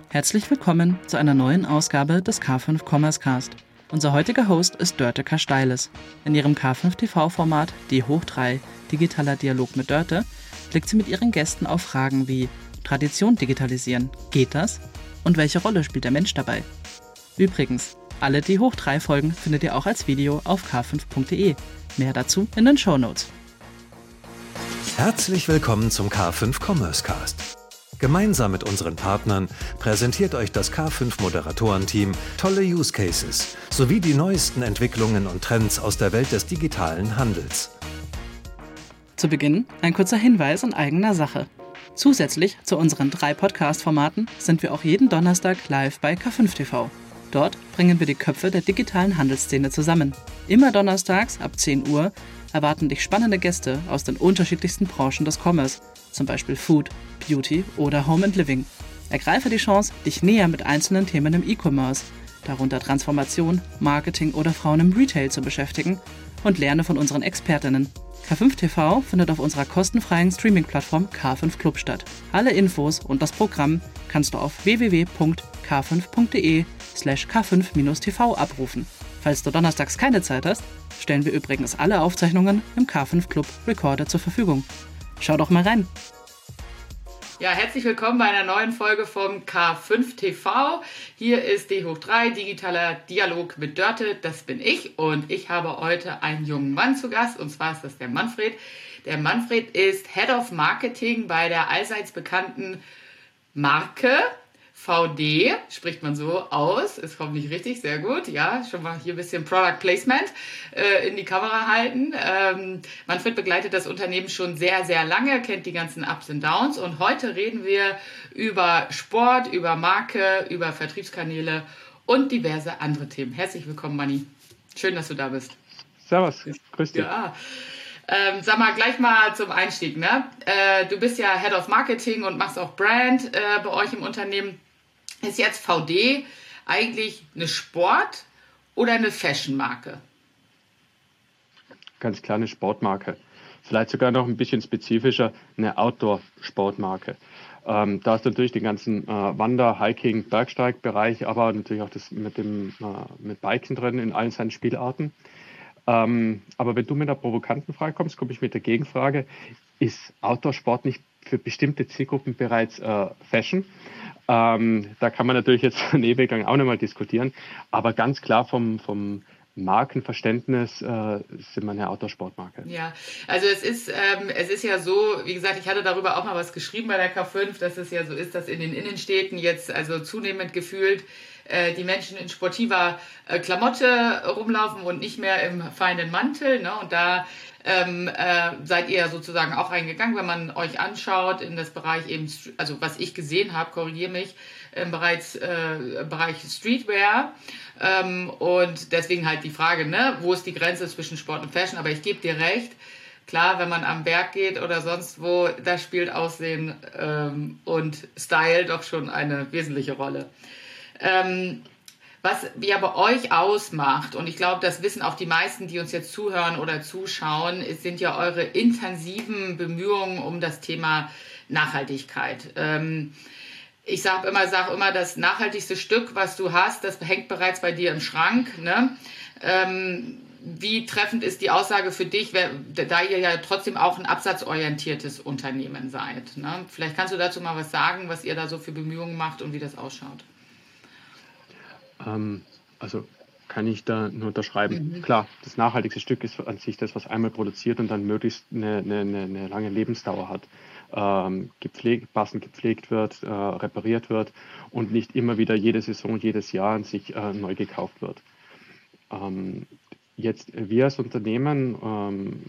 Herzlich willkommen zu einer neuen Ausgabe des K5 Commerce Cast. Unser heutiger Host ist Dörte Kasteiles. In ihrem K5 TV-Format D hoch3 Digitaler Dialog mit Dörte blickt sie mit ihren Gästen auf Fragen wie Tradition digitalisieren, geht das? Und welche Rolle spielt der Mensch dabei? Übrigens, alle D hoch3 Folgen findet ihr auch als Video auf k5.de. Mehr dazu in den Shownotes. Herzlich willkommen zum K5 Commerce Cast. Gemeinsam mit unseren Partnern präsentiert euch das K5 Moderatorenteam tolle Use Cases sowie die neuesten Entwicklungen und Trends aus der Welt des digitalen Handels. Zu Beginn ein kurzer Hinweis in eigener Sache. Zusätzlich zu unseren 3 Podcast-Formaten sind wir auch jeden Donnerstag live bei K5 TV. Dort bringen wir die Köpfe der digitalen Handelsszene zusammen. Immer donnerstags ab 10 Uhr erwarten dich spannende Gäste aus den unterschiedlichsten Branchen des Commerce, zum Beispiel Food, Beauty oder Home and Living. Ergreife die Chance, dich näher mit einzelnen Themen im E-Commerce, darunter Transformation, Marketing oder Frauen im Retail zu beschäftigen und lerne von unseren Expertinnen. K5 TV findet auf unserer kostenfreien Streaming-Plattform K5 Club statt. Alle Infos und das Programm kannst du auf www.k5.de/k5-tv abrufen. Falls du donnerstags keine Zeit hast, stellen wir übrigens alle Aufzeichnungen im K5 Club Recorder zur Verfügung. Schau doch mal rein. Ja, herzlich willkommen bei einer neuen Folge vom K5 TV. Hier ist D hoch3 Digitaler Dialog mit Dörte, das bin ich. Und ich habe heute einen jungen Mann zu Gast, und zwar ist das der Manfred. Der Manfred ist Head of Marketing bei der allseits bekannten Marke VD, spricht man so aus, ist hoffentlich richtig, sehr gut, ja, schon mal hier ein bisschen Product Placement in die Kamera halten. Manfred begleitet das Unternehmen schon sehr, sehr lange, kennt die ganzen Ups und Downs, und heute reden wir über Sport, über Marke, über Vertriebskanäle und diverse andere Themen. Herzlich willkommen, Manni. Schön, dass du da bist. Servus, grüß dich. Ja. Sag mal, gleich mal zum Einstieg, ne? Du bist ja Head of Marketing und machst auch Brand bei euch im Unternehmen. Ist jetzt VD eigentlich eine Sport- oder eine Fashion-Marke? Ganz klar eine Sportmarke. Vielleicht sogar noch ein bisschen spezifischer eine Outdoor-Sportmarke. Da ist natürlich den ganzen Wander-, Hiking-, Bergsteigbereich, aber natürlich auch das mit Biken drin in allen seinen Spielarten. Aber wenn du mit einer provokanten Frage kommst, komme ich mit der Gegenfrage: Ist Outdoor-Sport nicht für bestimmte Zielgruppen bereits Fashion? Da kann man natürlich jetzt einen ewig lang auch nochmal diskutieren, aber ganz klar vom Markenverständnis sind wir eine Outdoor-Sportmarke. Ja, also es ist ja so, wie gesagt, ich hatte darüber auch mal was geschrieben bei der K5, dass es ja so ist, dass in den Innenstädten jetzt also zunehmend gefühlt die Menschen in sportiver Klamotte rumlaufen und nicht mehr im feinen Mantel, ne? Und da seid ihr sozusagen auch reingegangen, wenn man euch anschaut in das Bereich eben, also was ich gesehen habe, korrigiere mich, im Bereich Streetwear, und deswegen halt die Frage, ne, wo ist die Grenze zwischen Sport und Fashion, aber ich gebe dir recht, klar, wenn man am Berg geht oder sonst wo, da spielt Aussehen und Style doch schon eine wesentliche Rolle. Was ja bei euch ausmacht, und ich glaube, das wissen auch die meisten, die uns jetzt zuhören oder zuschauen, sind ja eure intensiven Bemühungen um das Thema Nachhaltigkeit. Ich sag immer, das nachhaltigste Stück, was du hast, das hängt bereits bei dir im Schrank, ne? Wie treffend ist die Aussage für dich, da ihr ja trotzdem auch ein absatzorientiertes Unternehmen seid, ne? Vielleicht kannst du dazu mal was sagen, was ihr da so für Bemühungen macht und wie das ausschaut. Also kann ich da nur unterschreiben. Klar, das nachhaltigste Stück ist an sich das, was einmal produziert und dann möglichst eine lange Lebensdauer hat. Passend gepflegt wird, repariert wird und nicht immer wieder jede Saison, jedes Jahr an sich neu gekauft wird. Jetzt wir als Unternehmen,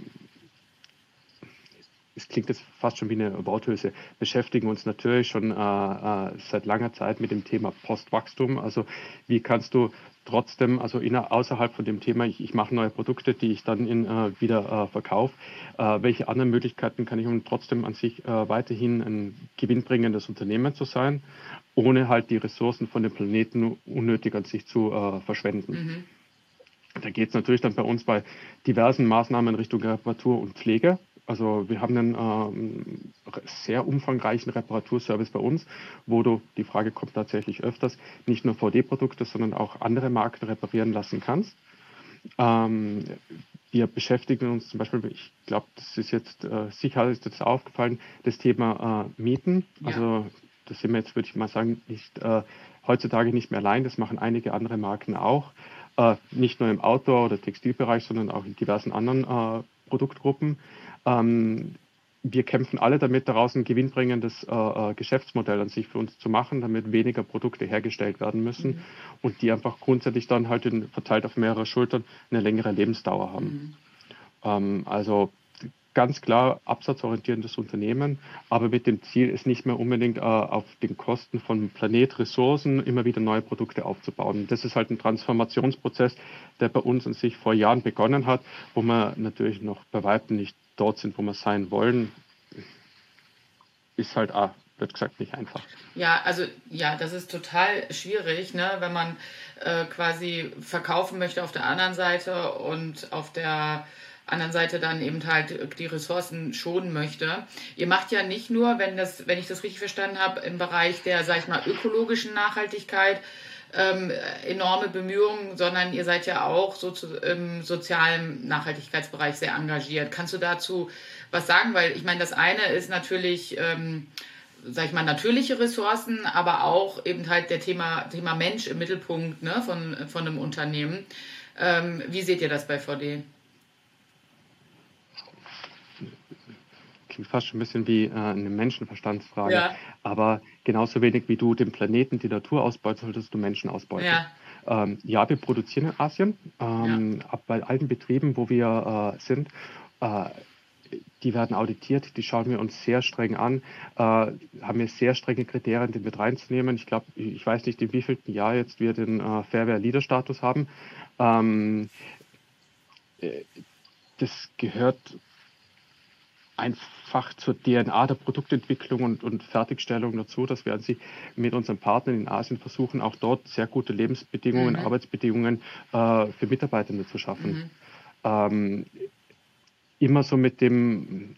es klingt jetzt fast schon wie eine Worthülse, beschäftigen uns natürlich schon seit langer Zeit mit dem Thema Postwachstum. Also wie kannst du trotzdem, also außerhalb von dem Thema, ich mache neue Produkte, die ich dann wieder verkaufe, welche anderen Möglichkeiten kann ich, um trotzdem an sich weiterhin ein gewinnbringendes Unternehmen zu sein, ohne halt die Ressourcen von dem Planeten unnötig an sich zu verschwenden. Da geht es natürlich dann bei uns bei diversen Maßnahmen in Richtung Reparatur und Pflege. Also wir haben einen sehr umfangreichen Reparaturservice bei uns, wo du, die Frage kommt tatsächlich öfters, nicht nur VD-Produkte, sondern auch andere Marken reparieren lassen kannst. Wir beschäftigen uns zum Beispiel, ich glaube, das ist jetzt sicher ist jetzt aufgefallen, das Thema Mieten. Ja. Also das sind wir jetzt, würde ich mal sagen, nicht heutzutage nicht mehr allein. Das machen einige andere Marken auch. Nicht nur im Outdoor- oder Textilbereich, sondern auch in diversen anderen Produktgruppen. Wir kämpfen alle damit, daraus ein gewinnbringendes Geschäftsmodell an sich für uns zu machen, damit weniger Produkte hergestellt werden müssen und die einfach grundsätzlich dann halt verteilt auf mehrere Schultern eine längere Lebensdauer haben. Also ganz klar absatzorientierendes Unternehmen, aber mit dem Ziel, es nicht mehr unbedingt auf den Kosten von Planet, Ressourcen immer wieder neue Produkte aufzubauen. Das ist halt ein Transformationsprozess, der bei uns an sich vor Jahren begonnen hat, wo wir natürlich noch bei weitem nicht dort sind, wo wir sein wollen. Ist halt, wird gesagt, nicht einfach. Ja, also ja, das ist total schwierig, ne, wenn man quasi verkaufen möchte auf der anderen Seite und auf der anderen Seite dann eben halt die Ressourcen schonen möchte. Ihr macht ja nicht nur, wenn ich das richtig verstanden habe, im Bereich der, sag ich mal, ökologischen Nachhaltigkeit enorme Bemühungen, sondern ihr seid ja auch im sozialen Nachhaltigkeitsbereich sehr engagiert. Kannst du dazu was sagen? Weil ich meine, das eine ist natürlich, sag ich mal, natürliche Ressourcen, aber auch eben halt der Thema Mensch im Mittelpunkt, ne, von einem Unternehmen. Wie seht ihr das bei VD? Klingt fast schon ein bisschen wie eine Menschenverstandsfrage. Ja. Aber genauso wenig wie du den Planeten, die Natur ausbeutest, solltest du Menschen ausbeuten. Ja. Wir produzieren in Asien, bei allen Betrieben, wo wir sind, die werden auditiert, die schauen wir uns sehr streng an, haben wir sehr strenge Kriterien, den mit reinzunehmen. Ich glaube, ich weiß nicht, in wievielten Jahr jetzt wir den Fairware Leader Status haben. Das gehört einfach zur DNA der Produktentwicklung und Fertigstellung dazu, dass wir mit unseren Partnern in Asien versuchen, auch dort sehr gute Lebensbedingungen, Arbeitsbedingungen für Mitarbeitende zu schaffen. Immer so mit dem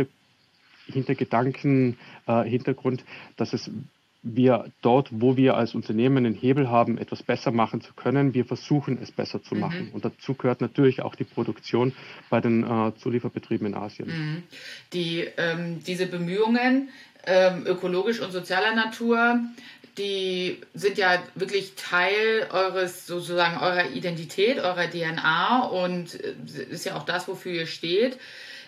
Hintergrund, dass wir dort, wo wir als Unternehmen einen Hebel haben, etwas besser machen zu können, wir versuchen es besser zu machen. Und dazu gehört natürlich auch die Produktion bei den Zulieferbetrieben in Asien. Diese Bemühungen ökologisch und sozialer Natur, die sind ja wirklich Teil eurer Identität, eurer DNA und ist ja auch das, wofür ihr steht.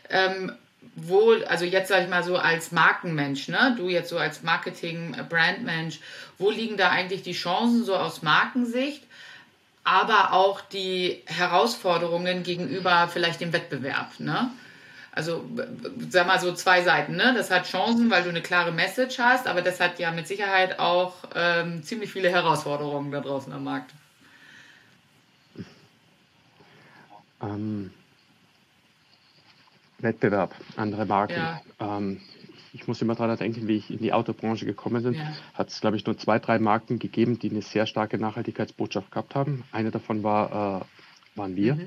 Also jetzt sage ich mal so als Markenmensch, ne? Du jetzt so als Marketing-Brandmensch, wo liegen da eigentlich die Chancen so aus Markensicht, aber auch die Herausforderungen gegenüber vielleicht dem Wettbewerb, ne? Also sag mal so zwei Seiten, ne? Das hat Chancen, weil du eine klare Message hast, aber das hat ja mit Sicherheit auch ziemlich viele Herausforderungen da draußen am Markt. Wettbewerb, andere Marken. Ja. Ich muss immer daran denken, wie ich in die Autobranche gekommen bin. Ja. Hat es, glaube ich, nur 2, 3 Marken gegeben, die eine sehr starke Nachhaltigkeitsbotschaft gehabt haben. Eine davon waren wir.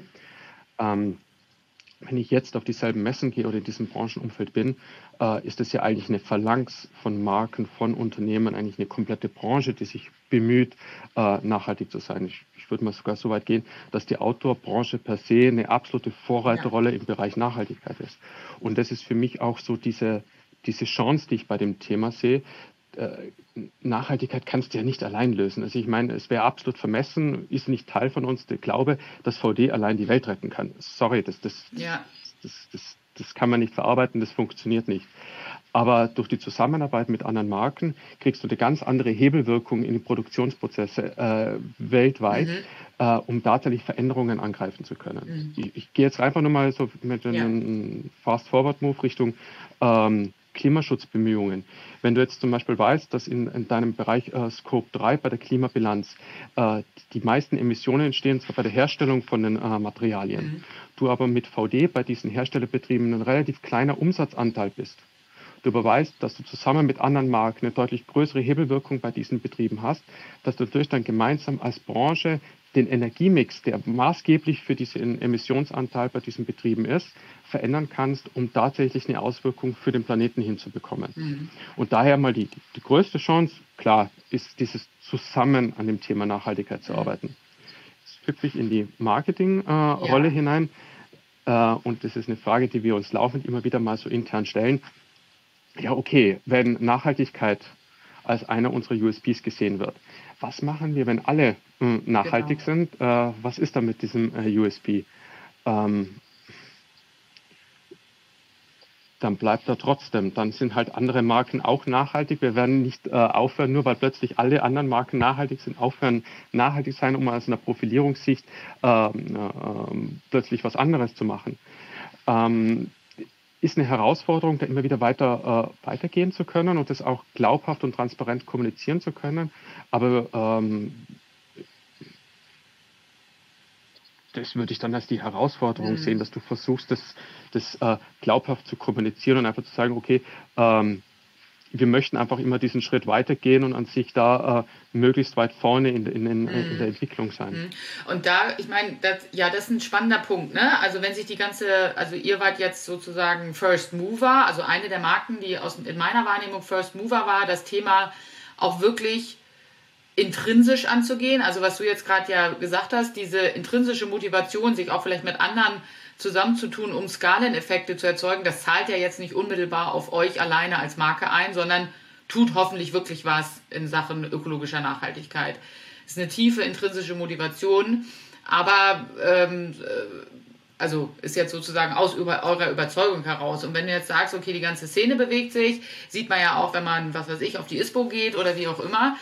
Wenn ich jetzt auf dieselben Messen gehe oder in diesem Branchenumfeld bin, ist es ja eigentlich eine Phalanx von Marken, von Unternehmen, eigentlich eine komplette Branche, die sich bemüht, nachhaltig zu sein. Ich würde mal sogar so weit gehen, dass die Outdoor-Branche per se eine absolute Vorreiterrolle im Bereich Nachhaltigkeit ist. Und das ist für mich auch so diese Chance, die ich bei dem Thema sehe. Nachhaltigkeit kannst du ja nicht allein lösen. Also ich meine, es wäre absolut vermessen, ist nicht Teil von uns der Glaube, dass VD allein die Welt retten kann. Sorry, das kann man nicht verarbeiten, das funktioniert nicht. Aber durch die Zusammenarbeit mit anderen Marken kriegst du eine ganz andere Hebelwirkung in die Produktionsprozesse weltweit, um tatsächlich Veränderungen angreifen zu können. Ich gehe jetzt einfach nur mal so mit einem Fast-Forward-Move Richtung Klimaschutzbemühungen. Wenn du jetzt zum Beispiel weißt, dass in deinem Bereich Scope 3 bei der Klimabilanz die meisten Emissionen entstehen zwar bei der Herstellung von den Materialien, du aber mit VD bei diesen Herstellerbetrieben ein relativ kleiner Umsatzanteil bist. Du aber weißt, dass du zusammen mit anderen Marken eine deutlich größere Hebelwirkung bei diesen Betrieben hast, dass du natürlich dann gemeinsam als Branche den Energiemix, der maßgeblich für diesen Emissionsanteil bei diesen Betrieben ist, verändern kannst, um tatsächlich eine Auswirkung für den Planeten hinzubekommen. Und daher mal die größte Chance, klar, ist dieses Zusammen an dem Thema Nachhaltigkeit zu arbeiten. Jetzt hüpfe ich in die Marketing-Rolle hinein. Und das ist eine Frage, die wir uns laufend immer wieder mal so intern stellen. Ja, okay, wenn Nachhaltigkeit als einer unserer USPs gesehen wird, was machen wir, wenn alle nachhaltig sind? Was ist da mit diesem USP? Dann bleibt er trotzdem. Dann sind halt andere Marken auch nachhaltig. Wir werden nicht aufhören, nur weil plötzlich alle anderen Marken nachhaltig sind, aufhören nachhaltig sein, um aus einer Profilierungssicht plötzlich was anderes zu machen. Ist eine Herausforderung, da immer wieder weitergehen zu können und das auch glaubhaft und transparent kommunizieren zu können. Aber das würde ich dann als die Herausforderung sehen, dass du versuchst, das glaubhaft zu kommunizieren und einfach zu sagen, okay, wir möchten einfach immer diesen Schritt weitergehen und an sich da möglichst weit vorne in der Entwicklung sein. Und da, ich meine, das ist ein spannender Punkt, ne? Also wenn sich also ihr wart jetzt sozusagen First Mover, also eine der Marken, die in meiner Wahrnehmung First Mover war, das Thema auch wirklich intrinsisch anzugehen, also was du jetzt gerade ja gesagt hast, diese intrinsische Motivation, sich auch vielleicht mit anderen zusammenzutun, um Skaleneffekte zu erzeugen, das zahlt ja jetzt nicht unmittelbar auf euch alleine als Marke ein, sondern tut hoffentlich wirklich was in Sachen ökologischer Nachhaltigkeit. Das ist eine tiefe intrinsische Motivation, aber also ist jetzt sozusagen aus eurer Überzeugung heraus. Und wenn du jetzt sagst, okay, die ganze Szene bewegt sich, sieht man ja auch, wenn man, was weiß ich, auf die ISPO geht oder wie auch immer,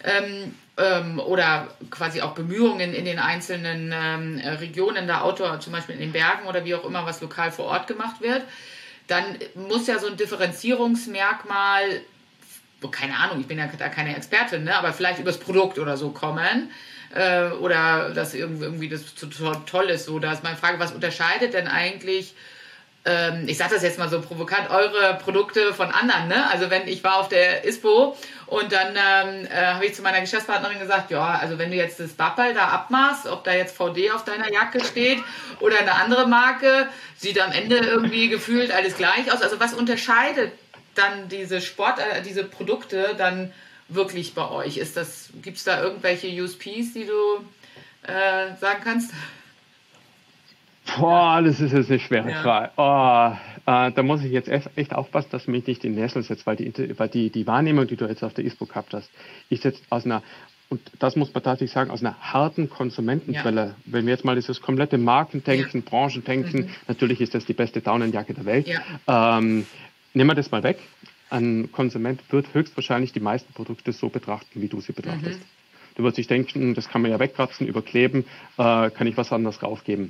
oder quasi auch Bemühungen in den einzelnen Regionen der Outdoor, zum Beispiel in den Bergen oder wie auch immer, was lokal vor Ort gemacht wird, dann muss ja so ein Differenzierungsmerkmal, keine Ahnung, ich bin ja da keine Expertin, ne, aber vielleicht übers Produkt oder so kommen, oder dass irgendwie das toll ist. So, da ist meine Frage, was unterscheidet denn eigentlich, ich sage das jetzt mal so provokant, eure Produkte von anderen, ne? Also wenn ich war auf der ISPO und dann habe ich zu meiner Geschäftspartnerin gesagt, ja, also wenn du jetzt das Bappel da abmachst, ob da jetzt VD auf deiner Jacke steht oder eine andere Marke, sieht am Ende irgendwie gefühlt alles gleich aus. Also was unterscheidet dann diese Produkte dann wirklich bei euch? Gibt es da irgendwelche USPs, die du sagen kannst? Boah, das ist jetzt eine schwere Frage. Da muss ich jetzt echt aufpassen, dass du mich nicht in den Nessel setzt, weil die Wahrnehmung, die du jetzt auf der ISPO gehabt hast, ist jetzt und das muss man tatsächlich sagen, aus einer harten Konsumentenquelle. Ja. Wenn wir jetzt mal dieses komplette Markendenken, Branchendenken, natürlich ist das die beste Daunenjacke der Welt. Ja. Nehmen wir das mal weg. Ein Konsument wird höchstwahrscheinlich die meisten Produkte so betrachten, wie du sie betrachtest. Du wirst dich denken, das kann man ja wegkratzen, überkleben, kann ich was anderes raufgeben.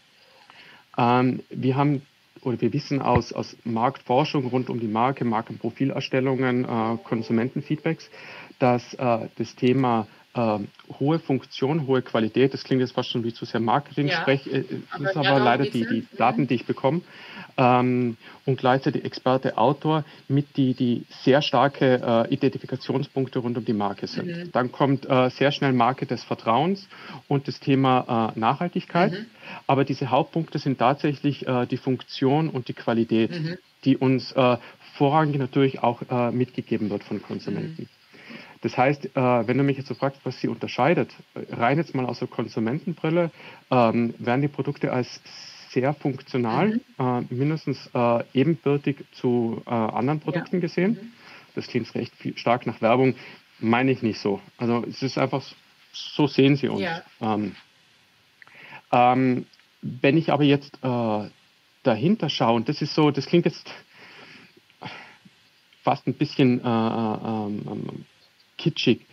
Wir wissen aus Marktforschung rund um die Marke, Markenprofilerstellungen, Konsumentenfeedbacks, dass das Thema hohe Funktion, hohe Qualität, das klingt jetzt fast schon wie zu sehr Marketing-Sprech, das ist aber leider die Daten, die ich bekomme, und gleichzeitig Experte Outdoor mit die sehr starke Identifikationspunkte rund um die Marke sind. Dann kommt sehr schnell Marke des Vertrauens und das Thema Nachhaltigkeit, aber diese Hauptpunkte sind tatsächlich die Funktion und die Qualität, die uns vorrangig natürlich auch mitgegeben wird von Konsumenten. Das heißt, wenn du mich jetzt so fragst, was sie unterscheidet, rein jetzt mal aus der Konsumentenbrille, werden die Produkte als sehr funktional, mindestens ebenbürtig zu anderen Produkten gesehen. Das klingt recht stark nach Werbung, meine ich nicht so. Also es ist einfach, so sehen sie uns. Ja. Wenn ich aber jetzt dahinter schaue, und das klingt jetzt fast ein bisschen kitschig.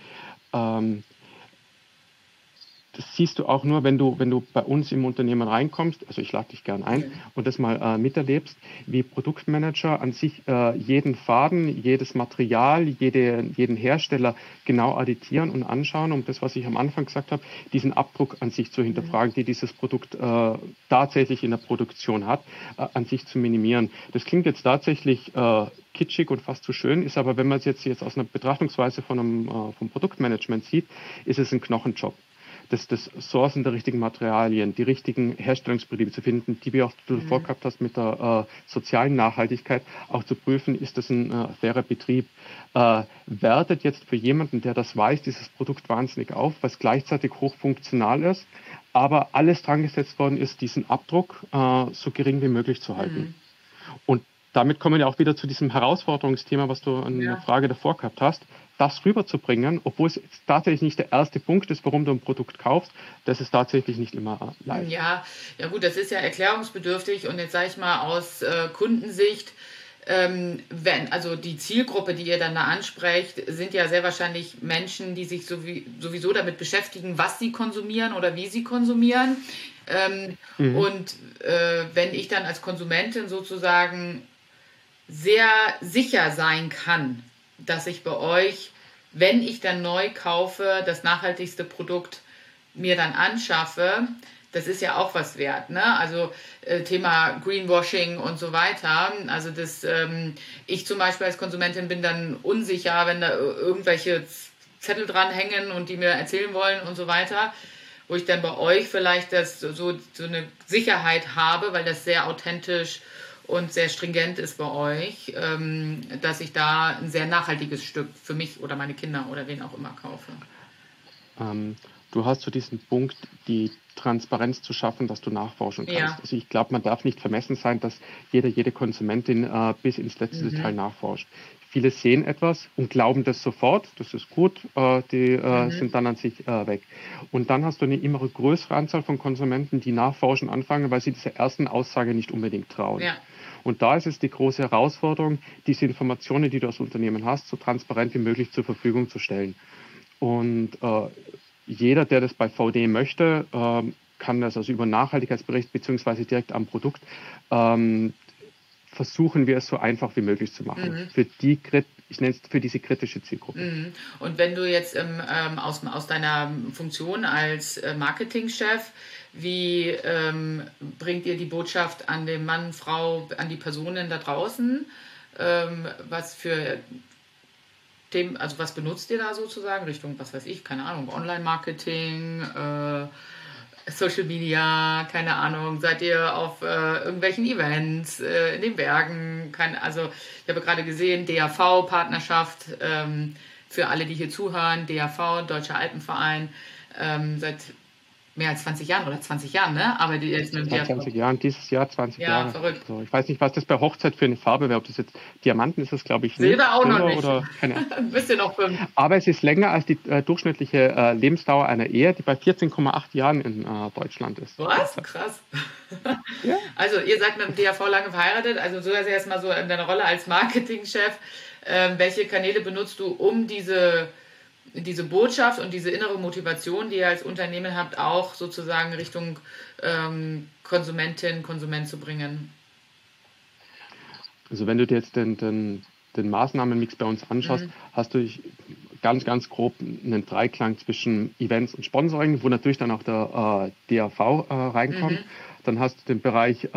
Das siehst du auch nur, wenn du bei uns im Unternehmen reinkommst, also ich lade dich gern ein und das mal miterlebst, wie Produktmanager an sich jeden Faden, jedes Material, jeden Hersteller genau auditieren und anschauen, um das, was ich am Anfang gesagt habe, diesen Abdruck an sich zu hinterfragen, die dieses Produkt tatsächlich in der Produktion hat, an sich zu minimieren. Das klingt jetzt tatsächlich kitschig und fast zu schön, ist aber, wenn man es jetzt aus einer Betrachtungsweise vom Produktmanagement sieht, ist es ein Knochenjob. das Sourcen der richtigen Materialien, die richtigen Herstellungsbetriebe zu finden, die wir auch davor gehabt hast mit der sozialen Nachhaltigkeit, auch zu prüfen, ist das ein fairer Betrieb. Wertet jetzt für jemanden, der das weiß, dieses Produkt wahnsinnig auf, was gleichzeitig hochfunktional ist, aber alles dran gesetzt worden ist, diesen Abdruck so gering wie möglich zu halten. Und damit kommen wir ja auch wieder zu diesem Herausforderungsthema, was du an der Frage davor gehabt hast, das rüberzubringen, obwohl es tatsächlich nicht der erste Punkt ist, warum du ein Produkt kaufst, das ist tatsächlich nicht immer leicht. Ja gut, das ist ja erklärungsbedürftig und jetzt sage ich mal aus Kundensicht, also die Zielgruppe, die ihr dann da ansprecht, sind ja sehr wahrscheinlich Menschen, die sich sowieso damit beschäftigen, was sie konsumieren oder wie sie konsumieren. Und wenn ich dann als Konsumentin sozusagen sehr sicher sein kann, dass ich bei euch, wenn ich dann neu kaufe, das nachhaltigste Produkt mir dann anschaffe, das ist ja auch was wert, ne? Also Thema Greenwashing und so weiter. Also ich zum Beispiel als Konsumentin bin dann unsicher, wenn da irgendwelche Zettel dranhängen und die mir erzählen wollen und so weiter, wo ich dann bei euch vielleicht so eine Sicherheit habe, weil das sehr authentisch und sehr stringent ist bei euch, dass ich da ein sehr nachhaltiges Stück für mich oder meine Kinder oder wen auch immer kaufe. Du hast zu diesem Punkt die Transparenz zu schaffen, dass du nachforschen kannst. Ja. Also ich glaube, man darf nicht vermessen sein, dass jede Konsumentin bis ins letzte Detail nachforscht. Viele sehen etwas und glauben das sofort, das ist gut, die sind dann an sich weg. Und dann hast du eine immer größere Anzahl von Konsumenten, die nachforschen anfangen, weil sie dieser ersten Aussage nicht unbedingt trauen. Ja. Und da ist es die große Herausforderung, diese Informationen, die du als Unternehmen hast, so transparent wie möglich zur Verfügung zu stellen. Und jeder, der das bei VD möchte, kann das also über Nachhaltigkeitsbericht beziehungsweise direkt am Produkt versuchen wir es so einfach wie möglich zu machen. Ich nenne es für diese kritische Zielgruppe. Und wenn du jetzt aus deiner Funktion als Marketingchef, wie bringt ihr die Botschaft an den Mann, Frau, an die Personen da draußen? Was für Themen, also was benutzt ihr da sozusagen? Richtung, was weiß ich, keine Ahnung, Online-Marketing, Social Media, keine Ahnung, seid ihr auf irgendwelchen Events in den Bergen? Also ich habe gerade gesehen, DAV-Partnerschaft für alle, die hier zuhören, DAV, Deutscher Alpenverein, seit mehr als 20 Jahren oder 20 Jahren, ne? Aber die jetzt mit 20 Jahren, dieses Jahr 20 Jahre. Ja, verrückt. So, ich weiß nicht, was das bei Hochzeit für eine Farbe wäre, ob das jetzt Diamanten ist, das glaube ich nicht. Silber auch noch nicht. Oder, ein bisschen noch 5. Aber es ist länger als die durchschnittliche Lebensdauer einer Ehe, die bei 14,8 Jahren in Deutschland ist. Was? Krass. Ja. Also ihr seid mit dem DAV lange verheiratet, also so erstmal so in deiner Rolle als Marketingchef. Welche Kanäle benutzt du, um diese Botschaft und diese innere Motivation, die ihr als Unternehmen habt, auch sozusagen Richtung Konsumentin, Konsument zu bringen? Also wenn du dir jetzt den Maßnahmenmix bei uns anschaust, hast du ganz, ganz grob einen Dreiklang zwischen Events und Sponsoring, wo natürlich dann auch der DAV reinkommt. Dann hast du den Bereich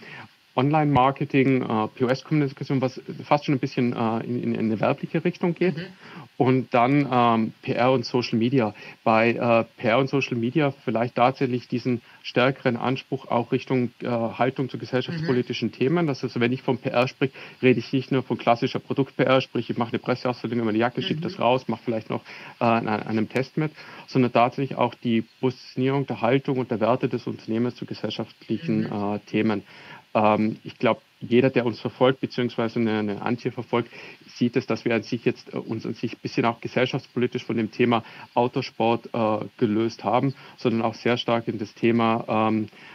Online-Marketing, POS-Kommunikation, was fast schon ein bisschen in eine werbliche Richtung geht. Und dann PR und Social Media. Bei PR und Social Media vielleicht tatsächlich diesen stärkeren Anspruch auch Richtung Haltung zu gesellschaftspolitischen Themen. Das heißt, wenn ich von PR spreche, rede ich nicht nur von klassischer Produkt-PR, sprich ich mache eine Presseausstellung über eine Jacke, schicke das raus, mache vielleicht noch an einem Test mit, sondern tatsächlich auch die Positionierung der Haltung und der Werte des Unternehmens zu gesellschaftlichen Themen. Ich glaube, jeder, der uns verfolgt, beziehungsweise eine Antje verfolgt, sieht es, dass wir uns an sich ein bisschen auch gesellschaftspolitisch von dem Thema Autosport gelöst haben, sondern auch sehr stark in das Thema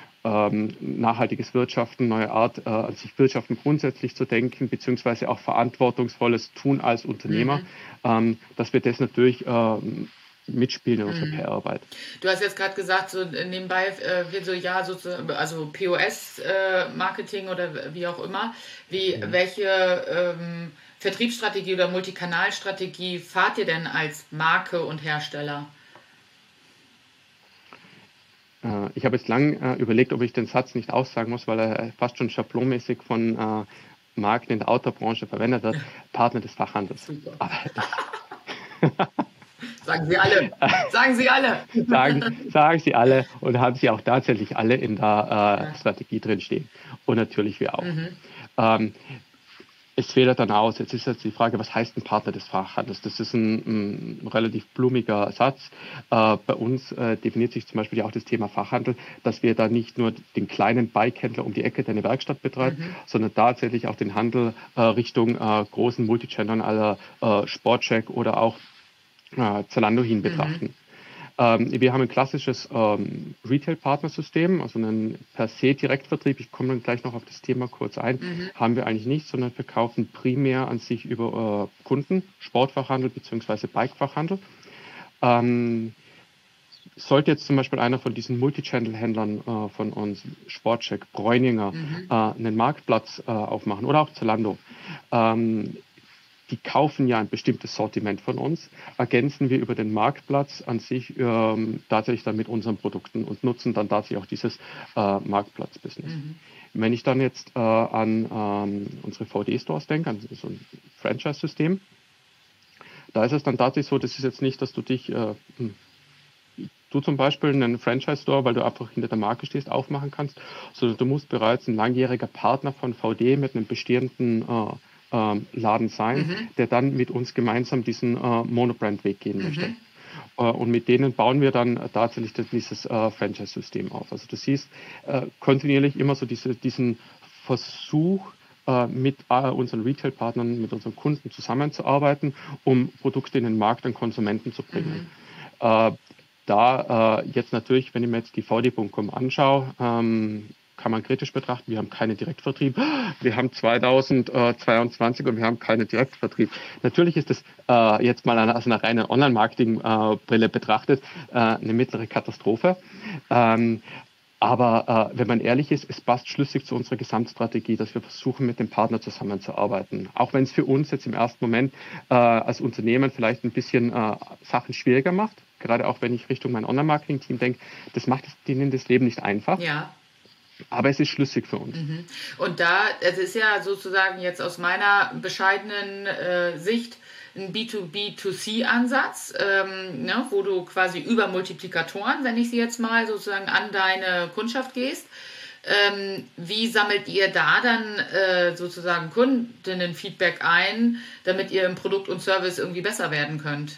nachhaltiges Wirtschaften, neue Art, an sich Wirtschaften grundsätzlich zu denken, beziehungsweise auch verantwortungsvolles Tun als Unternehmer, dass wir das natürlich mitspielen in unserer PR-Arbeit. Du hast jetzt gerade gesagt, so nebenbei also POS-Marketing oder wie auch immer. Welche Vertriebsstrategie oder Multikanalstrategie fahrt ihr denn als Marke und Hersteller? Ich habe jetzt lang überlegt, ob ich den Satz nicht aussagen muss, weil er fast schon schablonmäßig von Marken in der Autobranche verwendet wird. Partner des Fachhandels. Super. Sagen Sie alle. Sagen Sie alle. Sagen sie alle und haben sie auch tatsächlich alle in der Strategie drin stehen. Und natürlich wir auch. Es federt dann aus. Jetzt ist die Frage, was heißt ein Partner des Fachhandels? Das ist ein relativ blumiger Satz. Bei uns definiert sich zum Beispiel ja auch das Thema Fachhandel, dass wir da nicht nur den kleinen Bikehändler um die Ecke, der eine Werkstatt betreibt, sondern tatsächlich auch den Handel Richtung großen Multichanneln aller Sportcheck oder auch Zalando hin betrachten. Wir haben ein klassisches Retail-Partnersystem, also einen per se Direktvertrieb. Ich komme dann gleich noch auf das Thema kurz ein. Haben wir eigentlich nicht, sondern verkaufen primär an sich über Kunden, Sportfachhandel bzw. Bikefachhandel. Sollte jetzt zum Beispiel einer von diesen Multichannel-Händlern von uns, Sportcheck, Bräuninger, einen Marktplatz aufmachen oder auch Zalando, die kaufen ja ein bestimmtes Sortiment von uns, ergänzen wir über den Marktplatz an sich tatsächlich dann mit unseren Produkten und nutzen dann tatsächlich auch dieses Marktplatz-Business. Wenn ich dann jetzt an unsere VD-Stores denke, an so ein Franchise-System, da ist es dann tatsächlich so, das ist jetzt nicht, dass du dich, du zum Beispiel einen Franchise-Store, weil du einfach hinter der Marke stehst, aufmachen kannst, sondern du musst bereits ein langjähriger Partner von VD mit einem bestehenden Laden sein, der dann mit uns gemeinsam diesen Monobrand-Weg gehen möchte. Und mit denen bauen wir dann tatsächlich dieses Franchise-System auf. Also du siehst kontinuierlich immer so diesen Versuch, mit unseren Retail-Partnern, mit unseren Kunden zusammenzuarbeiten, um Produkte in den Markt an Konsumenten zu bringen. Jetzt natürlich, wenn ich mir jetzt die VD.com anschaue, kann man kritisch betrachten, wir haben keinen Direktvertrieb. Wir haben 2022 und wir haben keinen Direktvertrieb. Natürlich ist das jetzt mal aus einer reinen Online-Marketing-Brille betrachtet eine mittlere Katastrophe. Aber wenn man ehrlich ist, es passt schlüssig zu unserer Gesamtstrategie, dass wir versuchen, mit dem Partner zusammenzuarbeiten. Auch wenn es für uns jetzt im ersten Moment als Unternehmen vielleicht ein bisschen Sachen schwieriger macht, gerade auch wenn ich Richtung mein Online-Marketing-Team denke, das macht denen das Leben nicht einfach. Ja. Aber es ist schlüssig für uns. Und es ist ja sozusagen jetzt aus meiner bescheidenen Sicht ein B2B2C-Ansatz, wo du quasi über Multiplikatoren, wenn ich sie jetzt mal sozusagen an deine Kundschaft gehst. Wie sammelt ihr da dann sozusagen Kundinnenfeedback ein, damit ihr im Produkt und Service irgendwie besser werden könnt?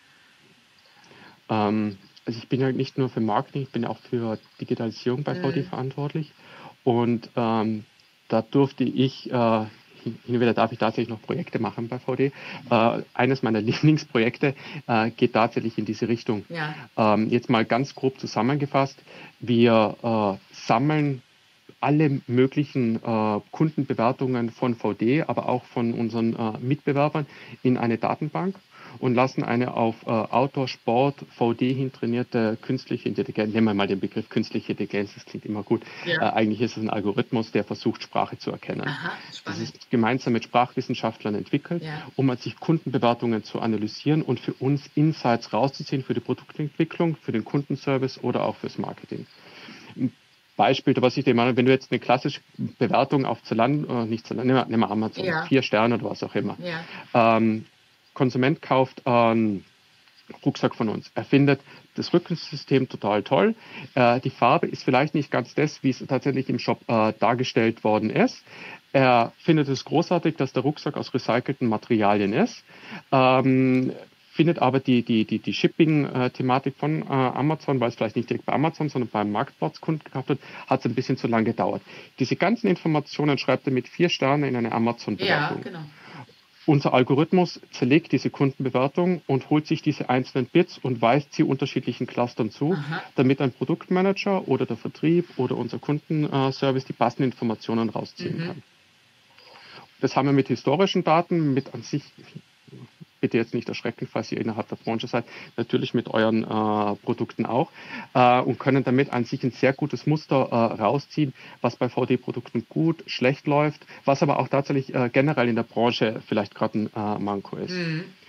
Also ich bin ja nicht nur für Marketing, ich bin ja auch für Digitalisierung bei VD verantwortlich. Und da durfte ich, hin und wieder darf ich tatsächlich noch Projekte machen bei VD. Eines meiner Lieblingsprojekte geht tatsächlich in diese Richtung. Ja. Jetzt mal ganz grob zusammengefasst, wir sammeln alle möglichen Kundenbewertungen von VD, aber auch von unseren Mitbewerbern in eine Datenbank und lassen eine auf Outdoor, Sport, VD hin trainierte künstliche Intelligenz, nehmen wir mal den Begriff künstliche Intelligenz, das klingt immer gut. Ja. Eigentlich ist es ein Algorithmus, der versucht, Sprache zu erkennen. Aha, das ist gemeinsam mit Sprachwissenschaftlern entwickelt, um sich Kundenbewertungen zu analysieren und für uns Insights rauszuziehen für die Produktentwicklung, für den Kundenservice oder auch fürs Marketing. Beispiel, was ich dir meine, wenn du jetzt eine klassische Bewertung auf Zalando, nicht Zalando, nehmen wir Amazon, 4 Sterne oder was auch immer. Ja. Konsument kauft einen Rucksack von uns. Er findet das Rückensystem total toll. Die Farbe ist vielleicht nicht ganz das, wie es tatsächlich im Shop dargestellt worden ist. Er findet es großartig, dass der Rucksack aus recycelten Materialien ist. Findet aber die Shipping-Thematik von Amazon, weil es vielleicht nicht direkt bei Amazon, sondern beim Marktplatzkunden gekauft hat es ein bisschen zu lang gedauert. Diese ganzen Informationen schreibt er mit 4 Sternen in eine Amazon-Bewertung. Ja, genau. Unser Algorithmus zerlegt diese Kundenbewertung und holt sich diese einzelnen Bits und weist sie unterschiedlichen Clustern zu, damit ein Produktmanager oder der Vertrieb oder unser Kundenservice die passenden Informationen rausziehen kann. Das haben wir mit historischen Daten, mit an sich, bitte jetzt nicht erschrecken, falls ihr innerhalb der Branche seid, natürlich mit euren Produkten auch und können damit an sich ein sehr gutes Muster rausziehen, was bei VD-Produkten gut, schlecht läuft, was aber auch tatsächlich generell in der Branche vielleicht gerade ein Manko ist.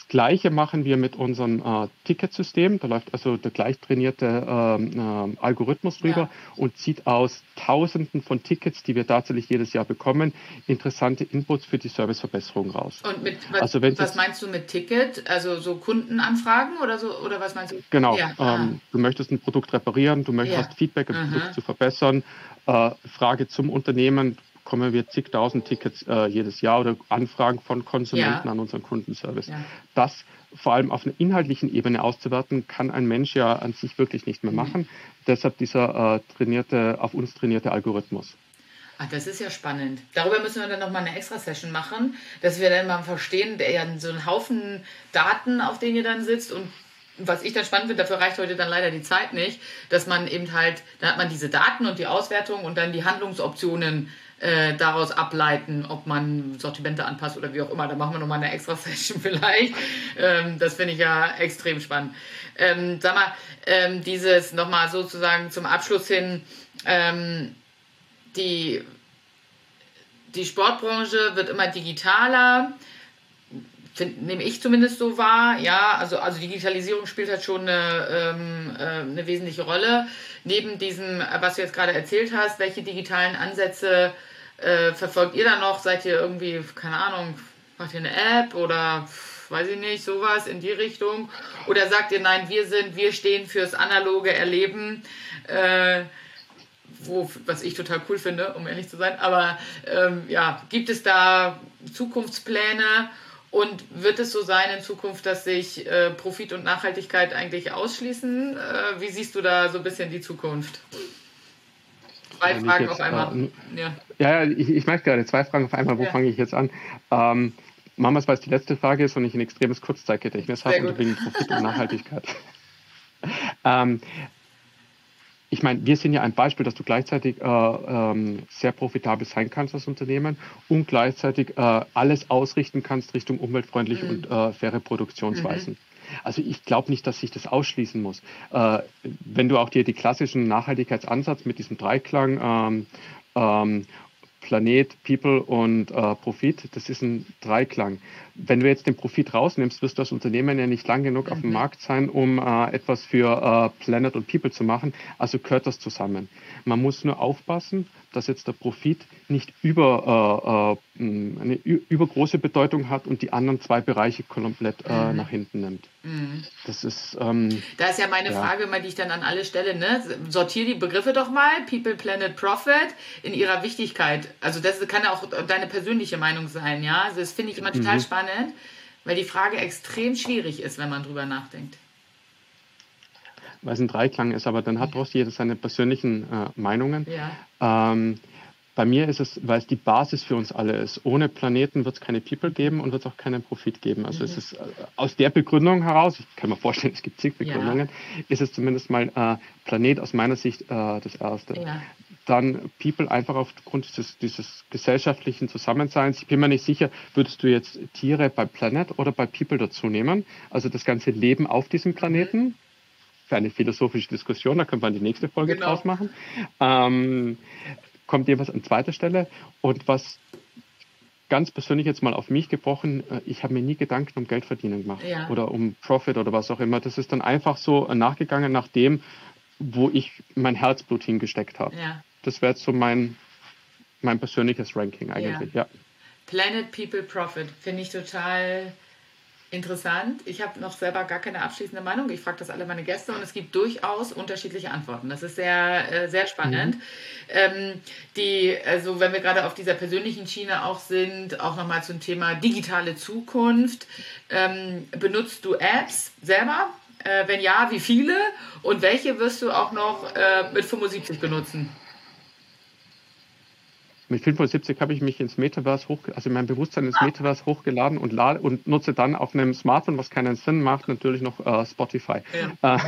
Das Gleiche machen wir mit unserem Ticketsystem. Da läuft also der gleich trainierte Algorithmus drüber und zieht aus Tausenden von Tickets, die wir tatsächlich jedes Jahr bekommen, interessante Inputs für die Serviceverbesserung raus. Und was meinst du mit Ticket? Also so Kundenanfragen oder so? Oder was meinst du? Genau. Ja. Du möchtest ein Produkt reparieren, du möchtest Feedback, ein Produkt zu verbessern. Frage zum Unternehmen. Bekommen wir zigtausend Tickets jedes Jahr oder Anfragen von Konsumenten an unseren Kundenservice. Ja. Das vor allem auf einer inhaltlichen Ebene auszuwerten, kann ein Mensch ja an sich wirklich nicht mehr machen. Deshalb dieser auf uns trainierte Algorithmus. Ach, das ist ja spannend. Darüber müssen wir dann nochmal eine Extra-Session machen, dass wir dann mal verstehen, der ja so einen Haufen Daten, auf denen ihr dann sitzt und was ich dann spannend finde, dafür reicht heute dann leider die Zeit nicht, dass man eben halt, da hat man diese Daten und die Auswertung und dann die Handlungsoptionen daraus ableiten, ob man Sortimente anpasst oder wie auch immer. Da machen wir nochmal eine Extra-Session vielleicht. Das finde ich ja extrem spannend. Sag mal, dieses nochmal sozusagen zum Abschluss hin, die Sportbranche wird immer digitaler, nehme ich zumindest so wahr. Ja, also Digitalisierung spielt halt schon eine wesentliche Rolle. Neben diesem, was du jetzt gerade erzählt hast, welche digitalen Ansätze verfolgt ihr da noch? Seid ihr irgendwie, keine Ahnung, macht ihr eine App oder weiß ich nicht, sowas in die Richtung? Oder sagt ihr, nein, wir stehen fürs analoge Erleben, was ich total cool finde, um ehrlich zu sein. Aber gibt es da Zukunftspläne? Und wird es so sein in Zukunft, dass sich Profit und Nachhaltigkeit eigentlich ausschließen? Wie siehst du da so ein bisschen die Zukunft? Zwei Fragen auf einmal. Ich merke gerade, 2 Fragen auf einmal. Wo fange ich jetzt an? Machen wir es, weil es die letzte Frage ist und ich ein extremes Kurzzeitgedächtnis habe und wegen Profit und Nachhaltigkeit. Ich meine, wir sind ja ein Beispiel, dass du gleichzeitig sehr profitabel sein kannst als Unternehmen und gleichzeitig alles ausrichten kannst Richtung umweltfreundliche und faire Produktionsweisen. Also ich glaube nicht, dass sich das ausschließen muss. Wenn du auch dir die klassischen Nachhaltigkeitsansatz mit diesem Dreiklang Planet, People und Profit, das ist ein Dreiklang. Wenn du jetzt den Profit rausnimmst, wirst du als Unternehmen ja nicht lang genug auf dem Markt sein, um etwas für Planet und People zu machen. Also gehört das zusammen. Man muss nur aufpassen, dass jetzt der Profit nicht eine übergroße Bedeutung hat und die anderen 2 Bereiche komplett nach hinten nimmt. Das ist, da ist ja meine Frage immer, die ich dann an alle stelle, ne? Sortier die Begriffe doch mal, People, Planet, Profit, in ihrer Wichtigkeit. Also das kann ja auch deine persönliche Meinung sein, ja? Also das finde ich immer total spannend, weil die Frage extrem schwierig ist, wenn man drüber nachdenkt. Weil es ein Dreiklang ist, aber dann hat trotzdem jeder seine persönlichen Meinungen. Ja. Bei mir ist es, weil es die Basis für uns alle ist. Ohne Planeten wird es keine People geben und wird es auch keinen Profit geben. Also es ist aus der Begründung heraus, ich kann mir vorstellen, es gibt zig Begründungen, ist es zumindest mal Planet aus meiner Sicht das Erste. Ja. Dann People einfach aufgrund dieses gesellschaftlichen Zusammenseins. Ich bin mir nicht sicher, würdest du jetzt Tiere bei Planet oder bei People dazu nehmen? Also das ganze Leben auf diesem Planeten? Für eine philosophische Diskussion, da können wir die nächste Folge draus machen. Kommt jeweils an zweiter Stelle. Und was ganz persönlich jetzt mal auf mich gebrochen, ich habe mir nie Gedanken um Geld verdienen gemacht oder um Profit oder was auch immer. Das ist dann einfach so nachgegangen nach dem, wo ich mein Herzblut hingesteckt habe. Ja. Das wäre jetzt so mein persönliches Ranking eigentlich. Ja. Planet, People, Profit finde ich total interessant. Ich habe noch selber gar keine abschließende Meinung. Ich frage das alle meine Gäste und es gibt durchaus unterschiedliche Antworten. Das ist sehr, sehr spannend. Also wenn wir gerade auf dieser persönlichen Schiene auch sind, auch nochmal zum Thema digitale Zukunft. Benutzt du Apps selber? Wenn ja, wie viele? Und welche wirst du auch noch mit 75 benutzen? Mit 75 habe ich mich ins Metaverse also mein Bewusstsein ins Metaverse hochgeladen und nutze dann auf einem Smartphone, was keinen Sinn macht, natürlich noch Spotify. Ja.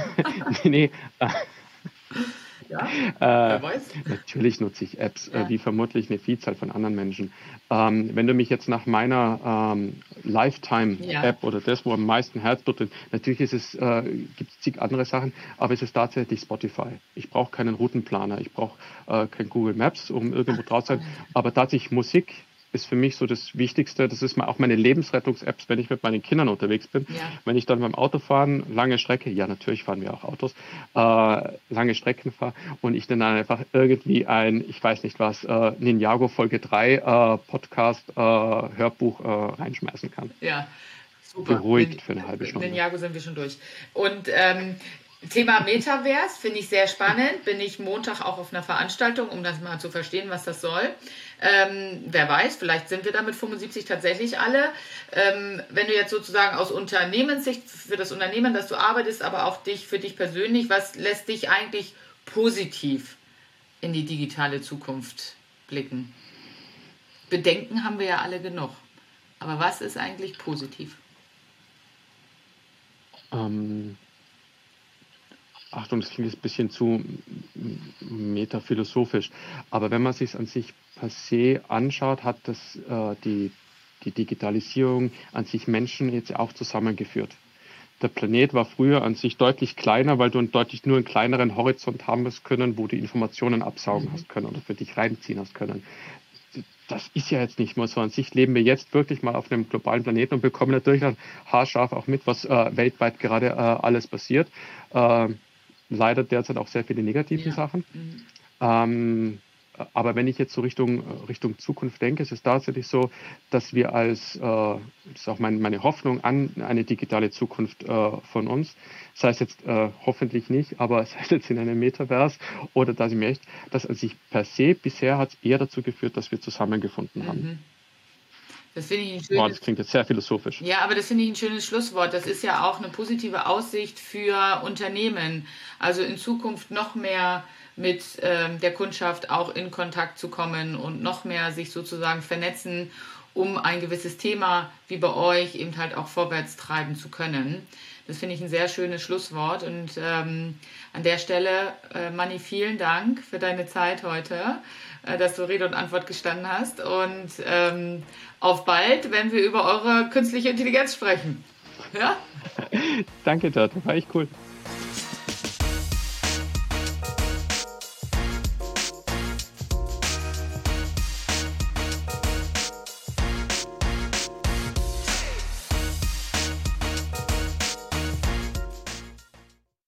Wer weiß? Natürlich nutze ich Apps, wie vermutlich eine Vielzahl von anderen Menschen. Wenn du mich jetzt nach meiner Lifetime-App oder das, wo am meisten Herzblut drin, natürlich gibt es zig andere Sachen, aber es ist tatsächlich Spotify. Ich brauche keinen Routenplaner, ich brauche kein Google Maps, um irgendwo drauf zu sein, aber tatsächlich Musik ist für mich so das Wichtigste. Das ist auch meine Lebensrettungs-Apps, wenn ich mit meinen Kindern unterwegs bin. Ja. Wenn ich dann beim Autofahren, lange Strecke, ja natürlich fahren wir auch Autos, lange Strecken fahre und ich dann einfach irgendwie ich weiß nicht was, Ninjago Folge 3 Podcast, Hörbuch reinschmeißen kann. Ja, super. Beruhigt für eine halbe Stunde. Ninjago sind wir schon durch. Und Thema Metaverse finde ich sehr spannend. Bin ich Montag auch auf einer Veranstaltung, um das mal zu verstehen, was das soll. Wer weiß, vielleicht sind wir da mit 75 tatsächlich alle. Wenn du jetzt sozusagen aus Unternehmenssicht für das Unternehmen, das du arbeitest, aber auch für dich persönlich, was lässt dich eigentlich positiv in die digitale Zukunft blicken? Bedenken haben wir ja alle genug. Aber was ist eigentlich positiv? Achtung, das klingt jetzt ein bisschen zu metaphilosophisch, aber wenn man sich an sich per se anschaut, hat die Digitalisierung an sich Menschen jetzt auch zusammengeführt. Der Planet war früher an sich deutlich kleiner, weil du nur einen kleineren Horizont haben hast können, wo du Informationen absaugen hast können oder für dich reinziehen hast können. Das ist ja jetzt nicht mehr so. An sich leben wir jetzt wirklich mal auf einem globalen Planeten und bekommen natürlich dann haarscharf auch mit, was weltweit gerade alles passiert. Leider derzeit auch sehr viele negative Sachen. Aber wenn ich jetzt so Richtung Zukunft denke, ist es tatsächlich so, dass wir das ist auch meine Hoffnung an eine digitale Zukunft von uns, das heißt jetzt hoffentlich nicht, aber es heißt jetzt in einem Metaverse oder dass an sich per se bisher hat es eher dazu geführt, dass wir zusammengefunden haben. Das finde ich ein schönes, das klingt jetzt sehr philosophisch. Ja, aber das finde ich ein schönes Schlusswort. Das ist ja auch eine positive Aussicht für Unternehmen. Also in Zukunft noch mehr mit der Kundschaft auch in Kontakt zu kommen und noch mehr sich sozusagen vernetzen, um ein gewisses Thema wie bei euch eben halt auch vorwärts treiben zu können. Das finde ich ein sehr schönes Schlusswort. Und an der Stelle, Manni, vielen Dank für deine Zeit heute, dass du Rede und Antwort gestanden hast. Und auf bald, wenn wir über eure künstliche Intelligenz sprechen. Ja? Danke, Dort. War echt cool.